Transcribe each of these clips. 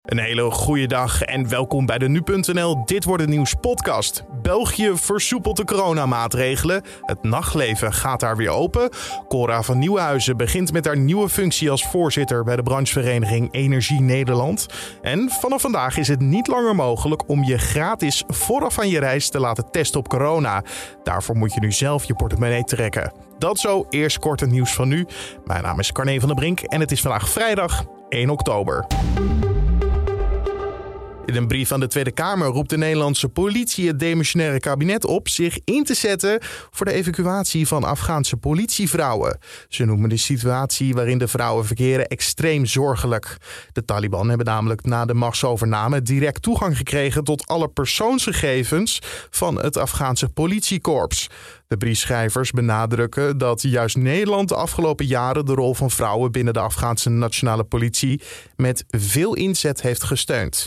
Een hele goede dag en welkom bij de Nu.nl Dit Wordt Het Nieuws podcast. België versoepelt de coronamaatregelen. Het nachtleven gaat daar weer open. Cora van Nieuwenhuizen begint met haar nieuwe functie als voorzitter bij de branchevereniging Energie Nederland. En vanaf vandaag is het niet langer mogelijk om je gratis vooraf aan je reis te laten testen op corona. Daarvoor moet je nu zelf je portemonnee trekken. Dat zo, eerst kort het nieuws van nu. Mijn naam is Carne van der Brink en het is vandaag vrijdag 1 oktober. In een brief aan de Tweede Kamer roept de Nederlandse politie het demissionaire kabinet op zich in te zetten voor de evacuatie van Afghaanse politievrouwen. Ze noemen de situatie waarin de vrouwen verkeren extreem zorgelijk. De Taliban hebben namelijk na de machtsovername direct toegang gekregen tot alle persoonsgegevens van het Afghaanse politiekorps. De briefschrijvers benadrukken dat juist Nederland de afgelopen jaren de rol van vrouwen binnen de Afghaanse nationale politie met veel inzet heeft gesteund.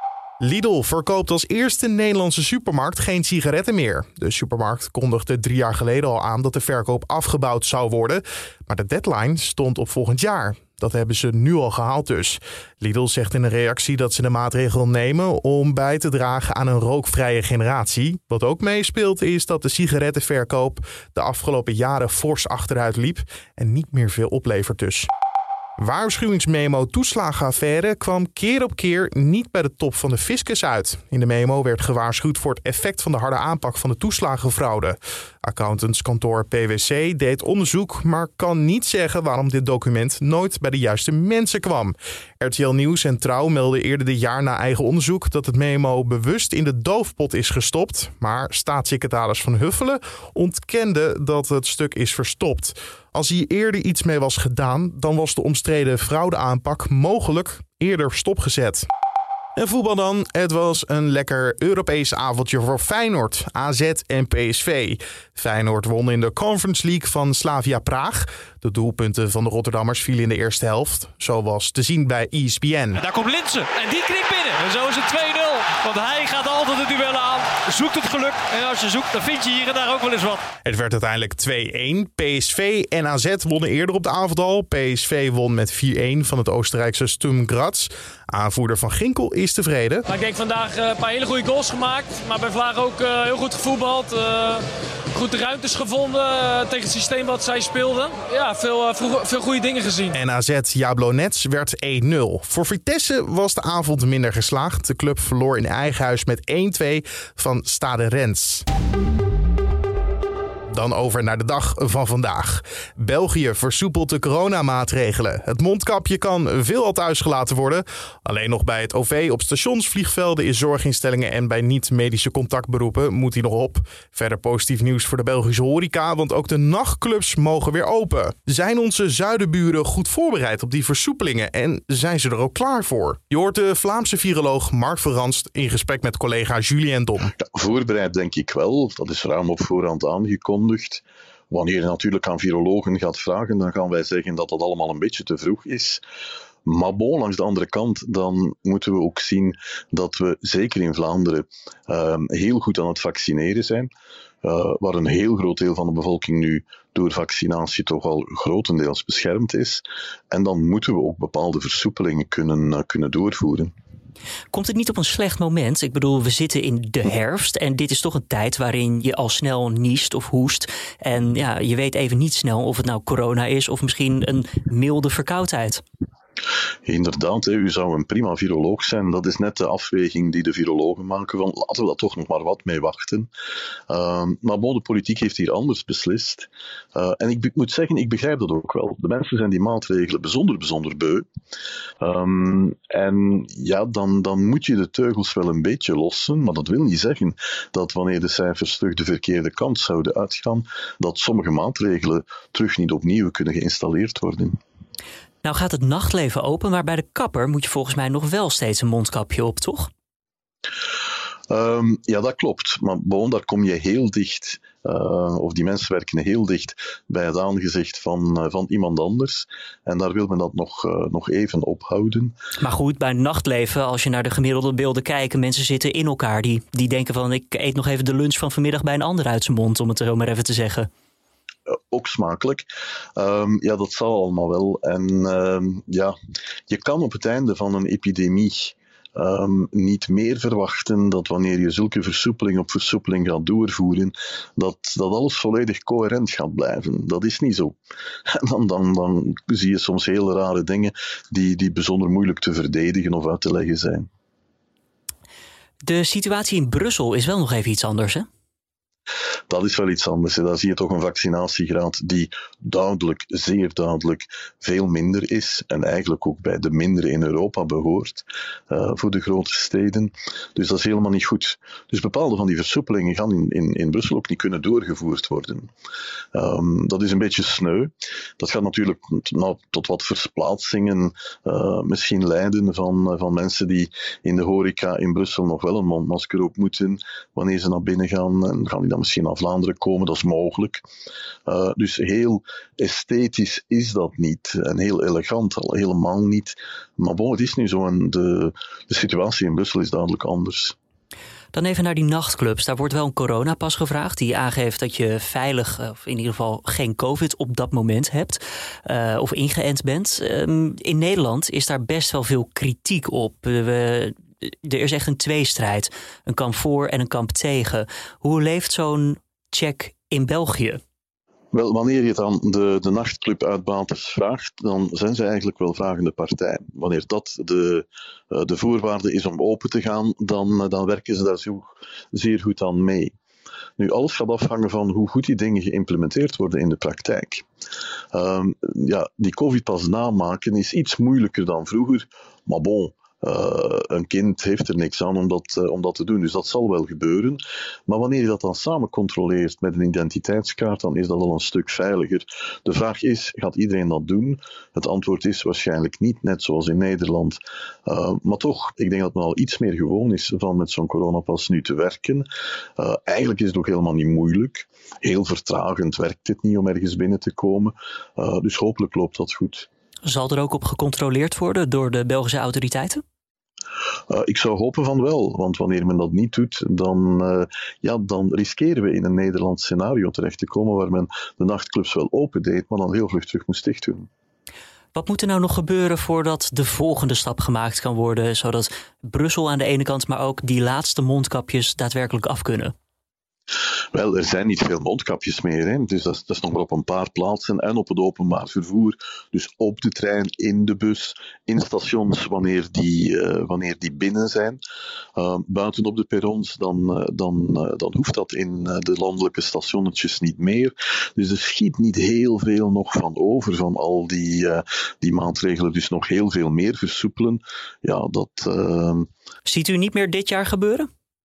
Lidl verkoopt als eerste Nederlandse supermarkt geen sigaretten meer. De supermarkt kondigde 3 jaar geleden al aan dat de verkoop afgebouwd zou worden. Maar de deadline stond op volgend jaar. Dat hebben ze nu al gehaald dus. Lidl zegt in een reactie dat ze de maatregel nemen om bij te dragen aan een rookvrije generatie. Wat ook meespeelt is dat de sigarettenverkoop de afgelopen jaren fors achteruit liep en niet meer veel oplevert dus. Waarschuwingsmemo toeslagenaffaire kwam keer op keer niet bij de top van de fiscus uit. In de memo werd gewaarschuwd voor het effect van de harde aanpak van de toeslagenfraude. Accountantskantoor PwC deed onderzoek, maar kan niet zeggen waarom dit document nooit bij de juiste mensen kwam. RTL Nieuws en Trouw meldden eerder dit jaar na eigen onderzoek dat het memo bewust in de doofpot is gestopt. Maar staatssecretaris Van Huffelen ontkende dat het stuk is verstopt. Als hier eerder iets mee was gedaan, dan was de omstreden fraudeaanpak mogelijk eerder stopgezet. En voetbal dan. Het was een lekker Europees avondje voor Feyenoord, AZ en PSV. Feyenoord won in de Conference League van Slavia Praag. De doelpunten van de Rotterdammers vielen in de eerste helft. Zo was te zien bij ESPN. En daar komt Linssen en die knikt binnen. En zo is het 2-0. Want hij gaat altijd de duellen aan. Zoekt het geluk. En als je zoekt, dan vind je hier en daar ook wel eens wat. Het werd uiteindelijk 2-1. PSV en AZ wonnen eerder op de avond al. PSV won met 4-1 van het Oostenrijkse Sturm Graz. Aanvoerder Van Ginkel is tevreden. Ik denk vandaag een paar hele goede goals gemaakt. Maar bij Vlaag ook heel goed gevoetbald. Goed de ruimtes gevonden tegen het systeem wat zij speelden. Ja, veel goede dingen gezien. En AZ Jablonec werd 1-0. Voor Vitesse was de avond minder geslaagd. De club verloor in eigen huis met 1-2 van Stade Rennes. Dan over naar de dag van vandaag. België versoepelt de coronamaatregelen. Het mondkapje kan veelal thuis gelaten worden. Alleen nog bij het OV, op stations, vliegvelden, in zorginstellingen en bij niet-medische contactberoepen moet hij nog op. Verder positief nieuws voor de Belgische horeca, want ook de nachtclubs mogen weer open. Zijn onze zuidenburen goed voorbereid op die versoepelingen en zijn ze er ook klaar voor? Je hoort de Vlaamse viroloog Mark Verranst in gesprek met collega Julien Dom. Ja, voorbereid denk ik wel. Dat is ruim op voorhand aangekondigd. Wanneer je natuurlijk aan virologen gaat vragen, dan gaan wij zeggen dat dat allemaal een beetje te vroeg is. Maar bon, langs de andere kant, dan moeten we ook zien dat we, zeker in Vlaanderen, heel goed aan het vaccineren zijn. Waar een heel groot deel van de bevolking nu door vaccinatie toch al grotendeels beschermd is. En dan moeten we ook bepaalde versoepelingen kunnen doorvoeren. Komt het niet op een slecht moment? Ik bedoel, we zitten in de herfst en dit is toch een tijd waarin je al snel niest of hoest. En ja, je weet even niet snel of het nou corona is of misschien een milde verkoudheid. Inderdaad, u zou een prima viroloog zijn. Dat is net de afweging die de virologen maken van laten we dat toch nog maar wat mee wachten. Maar bon, de politiek heeft hier anders beslist. En ik moet zeggen, ik begrijp dat ook wel. De mensen zijn die maatregelen bijzonder beu. En ja, dan moet je de teugels wel een beetje lossen. Maar dat wil niet zeggen dat wanneer de cijfers terug de verkeerde kant zouden uitgaan, dat sommige maatregelen terug niet opnieuw kunnen geïnstalleerd worden. Nou gaat het nachtleven open, maar bij de kapper moet je volgens mij nog wel steeds een mondkapje op, toch? Ja, dat klopt. Maar bon, daar kom je heel dicht, of die mensen werken heel dicht bij het aangezicht van iemand anders. En daar wil men dat nog even ophouden. Maar goed, bij het nachtleven, als je naar de gemiddelde beelden kijkt, mensen zitten in elkaar. Die denken van, ik eet nog even de lunch van vanmiddag bij een ander uit zijn mond, om het zo maar even te zeggen. Ook smakelijk. Ja, dat zal allemaal wel. En ja, je kan op het einde van een epidemie niet meer verwachten dat wanneer je zulke versoepeling op versoepeling gaat doorvoeren, dat alles volledig coherent gaat blijven. Dat is niet zo. Dan zie je soms hele rare dingen die bijzonder moeilijk te verdedigen of uit te leggen zijn. De situatie in Brussel is wel nog even iets anders, hè? Dat is wel iets anders. Daar zie je toch een vaccinatiegraad die duidelijk, zeer duidelijk, veel minder is. En eigenlijk ook bij de mindere in Europa behoort. Voor de grote steden. Dus dat is helemaal niet goed. Dus bepaalde van die versoepelingen gaan in Brussel ook niet kunnen doorgevoerd worden. Dat is een beetje sneu. Dat gaat natuurlijk tot wat versplaatsingen misschien leiden van mensen die in de horeca in Brussel nog wel een mondmasker op moeten wanneer ze naar binnen gaan. En gaan die dan misschien naar Vlaanderen komen, dat is mogelijk. Dus heel esthetisch is dat niet. En heel elegant al helemaal niet. Maar bon, het is nu zo. En de situatie in Brussel is duidelijk anders. Dan even naar die nachtclubs. Daar wordt wel een coronapas gevraagd die aangeeft dat je veilig, of in ieder geval geen COVID op dat moment hebt. Of ingeënt bent. In Nederland is daar best wel veel kritiek op. Er is echt een tweestrijd. Een kamp voor en een kamp tegen. Hoe leeft zo'n check in België? Wel, wanneer je dan de nachtclubuitbaters vraagt, dan zijn ze eigenlijk wel vragende partij. Wanneer dat de voorwaarde is om open te gaan, dan werken ze daar zeer goed aan mee. Nu, alles gaat afhangen van hoe goed die dingen geïmplementeerd worden in de praktijk. Die COVID-pas namaken is iets moeilijker dan vroeger, maar bon. Een kind heeft er niks aan om dat te doen, dus dat zal wel gebeuren. Maar wanneer je dat dan samen controleert met een identiteitskaart, dan is dat al een stuk veiliger. De vraag is, gaat iedereen dat doen? Het antwoord is waarschijnlijk niet, net zoals in Nederland. Maar toch, ik denk dat men al iets meer gewoon is van met zo'n coronapas nu te werken. Eigenlijk is het ook helemaal niet moeilijk. Heel vertragend werkt het niet om ergens binnen te komen. Dus hopelijk loopt dat goed. Zal er ook op gecontroleerd worden door de Belgische autoriteiten? Ik zou hopen van wel, want wanneer men dat niet doet, dan riskeren we in een Nederlands scenario terecht te komen waar men de nachtclubs wel open deed, maar dan heel vlug terug moest dicht doen. Wat moet er nou nog gebeuren voordat de volgende stap gemaakt kan worden, zodat Brussel aan de ene kant, maar ook die laatste mondkapjes daadwerkelijk af kunnen? Wel, er zijn niet veel mondkapjes meer. Hè. Dus dat is nog maar op een paar plaatsen en op het openbaar vervoer. Dus op de trein, in de bus, in stations wanneer die binnen zijn. Buiten op de perrons, dan hoeft dat in de landelijke stationnetjes niet meer. Dus er schiet niet heel veel nog van over van al die maatregelen. Dus nog heel veel meer versoepelen. Ja, Ziet u niet meer dit jaar gebeuren?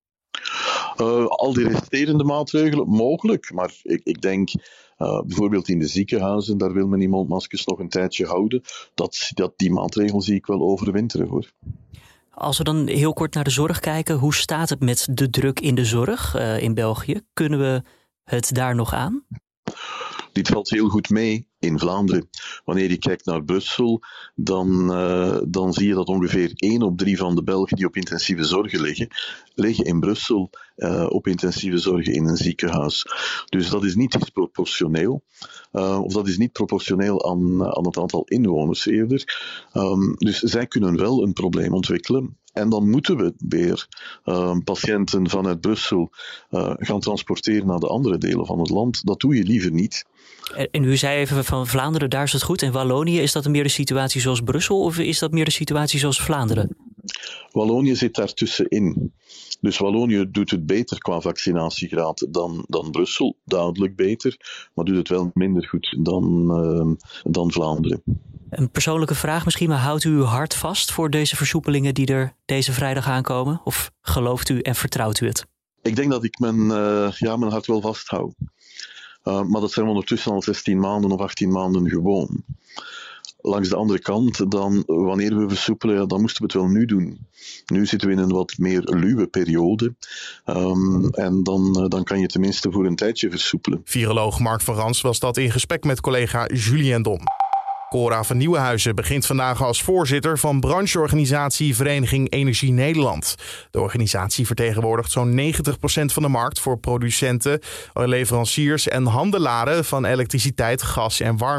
Al die resterende maatregelen, mogelijk. Maar ik denk, bijvoorbeeld in de ziekenhuizen, daar wil men die mondmaskers nog een tijdje houden. Die maatregel zie ik wel overwinteren, hoor. Als we dan heel kort naar de zorg kijken, hoe staat het met de druk in de zorg in België? Kunnen we het daar nog aan? Dit valt heel goed mee in Vlaanderen. Wanneer je kijkt naar Brussel, dan zie je dat ongeveer 1 op 3 van de Belgen die op intensieve zorgen liggen in Brussel op intensieve zorgen in een ziekenhuis. Dus dat is niet disproportioneel. Of dat is niet proportioneel aan het aantal inwoners eerder. Dus zij kunnen wel een probleem ontwikkelen. En dan moeten we weer patiënten vanuit Brussel gaan transporteren naar de andere delen van het land. Dat doe je liever niet. En u zei even van Vlaanderen, daar is het goed. En Wallonië, is dat meer de situatie zoals Brussel of is dat meer de situatie zoals Vlaanderen? Wallonië zit daartussenin. Dus Wallonië doet het beter qua vaccinatiegraad dan Brussel. Duidelijk beter, maar doet het wel minder goed dan Vlaanderen. Een persoonlijke vraag misschien, maar houdt u uw hart vast voor deze versoepelingen die er deze vrijdag aankomen? Of gelooft u en vertrouwt u het? Ik denk dat ik mijn hart wel vasthoud. Maar dat zijn we ondertussen al 16 maanden of 18 maanden gewoon. Langs de andere kant, dan, wanneer we versoepelen, dan moesten we het wel nu doen. Nu zitten we in een wat meer luwe periode. En dan kan je tenminste voor een tijdje versoepelen. Viroloog Mark van Rans was dat in gesprek met collega Julien Dom. Cora van Nieuwenhuizen begint vandaag als voorzitter van brancheorganisatie Vereniging Energie Nederland. De organisatie vertegenwoordigt zo'n 90% van de markt voor producenten, leveranciers en handelaren van elektriciteit, gas en warmte.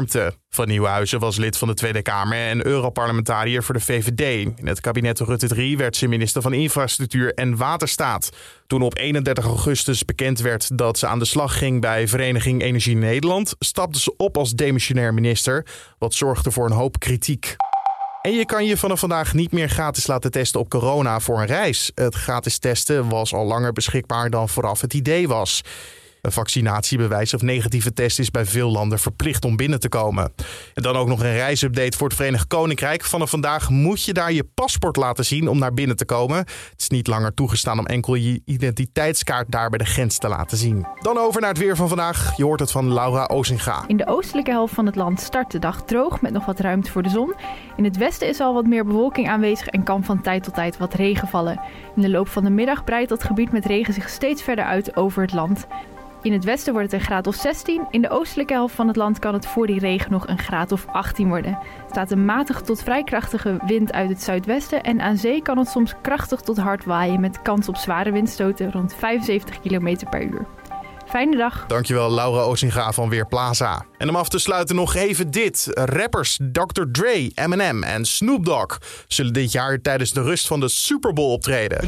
Van Nieuwenhuizen was lid van de Tweede Kamer en Europarlementariër voor de VVD. In het kabinet Rutte 3 werd ze minister van Infrastructuur en Waterstaat. Toen op 31 augustus bekend werd dat ze aan de slag ging bij Vereniging Energie Nederland, stapte ze op als demissionair minister, wat zorgde voor een hoop kritiek. En je kan je vanaf vandaag niet meer gratis laten testen op corona voor een reis. Het gratis testen was al langer beschikbaar dan vooraf het idee was. Een vaccinatiebewijs of negatieve test is bij veel landen verplicht om binnen te komen. En dan ook nog een reisupdate voor het Verenigd Koninkrijk. Vanaf vandaag moet je daar je paspoort laten zien om naar binnen te komen. Het is niet langer toegestaan om enkel je identiteitskaart daar bij de grens te laten zien. Dan over naar het weer van vandaag. Je hoort het van Laura Ozinga. In de oostelijke helft van het land start de dag droog met nog wat ruimte voor de zon. In het westen is al wat meer bewolking aanwezig en kan van tijd tot tijd wat regen vallen. In de loop van de middag breidt dat gebied met regen zich steeds verder uit over het land. In het westen wordt het een graad of 16. In de oostelijke helft van het land kan het voor die regen nog een graad of 18 worden. Er staat een matige tot vrij krachtige wind uit het zuidwesten. En aan zee kan het soms krachtig tot hard waaien met kans op zware windstoten rond 75 km per uur. Fijne dag. Dankjewel Laura Ozinga van Weerplaza. En om af te sluiten nog even dit. Rappers Dr. Dre, Eminem en Snoop Dogg zullen dit jaar tijdens de rust van de Super Bowl optreden.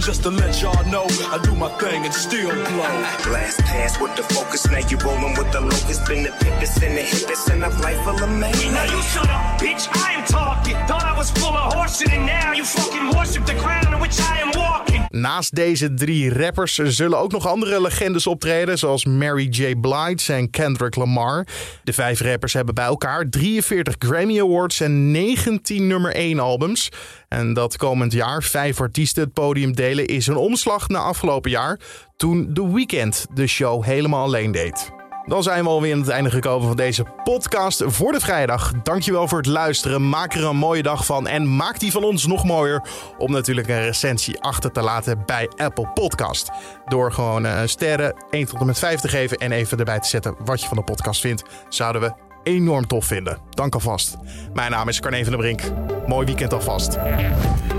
Naast deze 3 rappers zullen ook nog andere legendes optreden, zoals Mary J. Blige en Kendrick Lamar. De 5 rappers hebben bij elkaar 43 Grammy Awards en 19 nummer 1 albums. En dat komend jaar 5 artiesten het podium delen is een omslag na afgelopen jaar, toen The Weeknd de show helemaal alleen deed. Dan zijn we alweer aan het einde gekomen van deze podcast voor de vrijdag. Dankjewel voor het luisteren. Maak er een mooie dag van en maak die van ons nog mooier om natuurlijk een recensie achter te laten bij Apple Podcast. Door gewoon sterren 1 tot en met 5 te geven en even erbij te zetten wat je van de podcast vindt. Zouden we enorm tof vinden. Dank alvast. Mijn naam is Carne van der Brink. Mooi weekend alvast.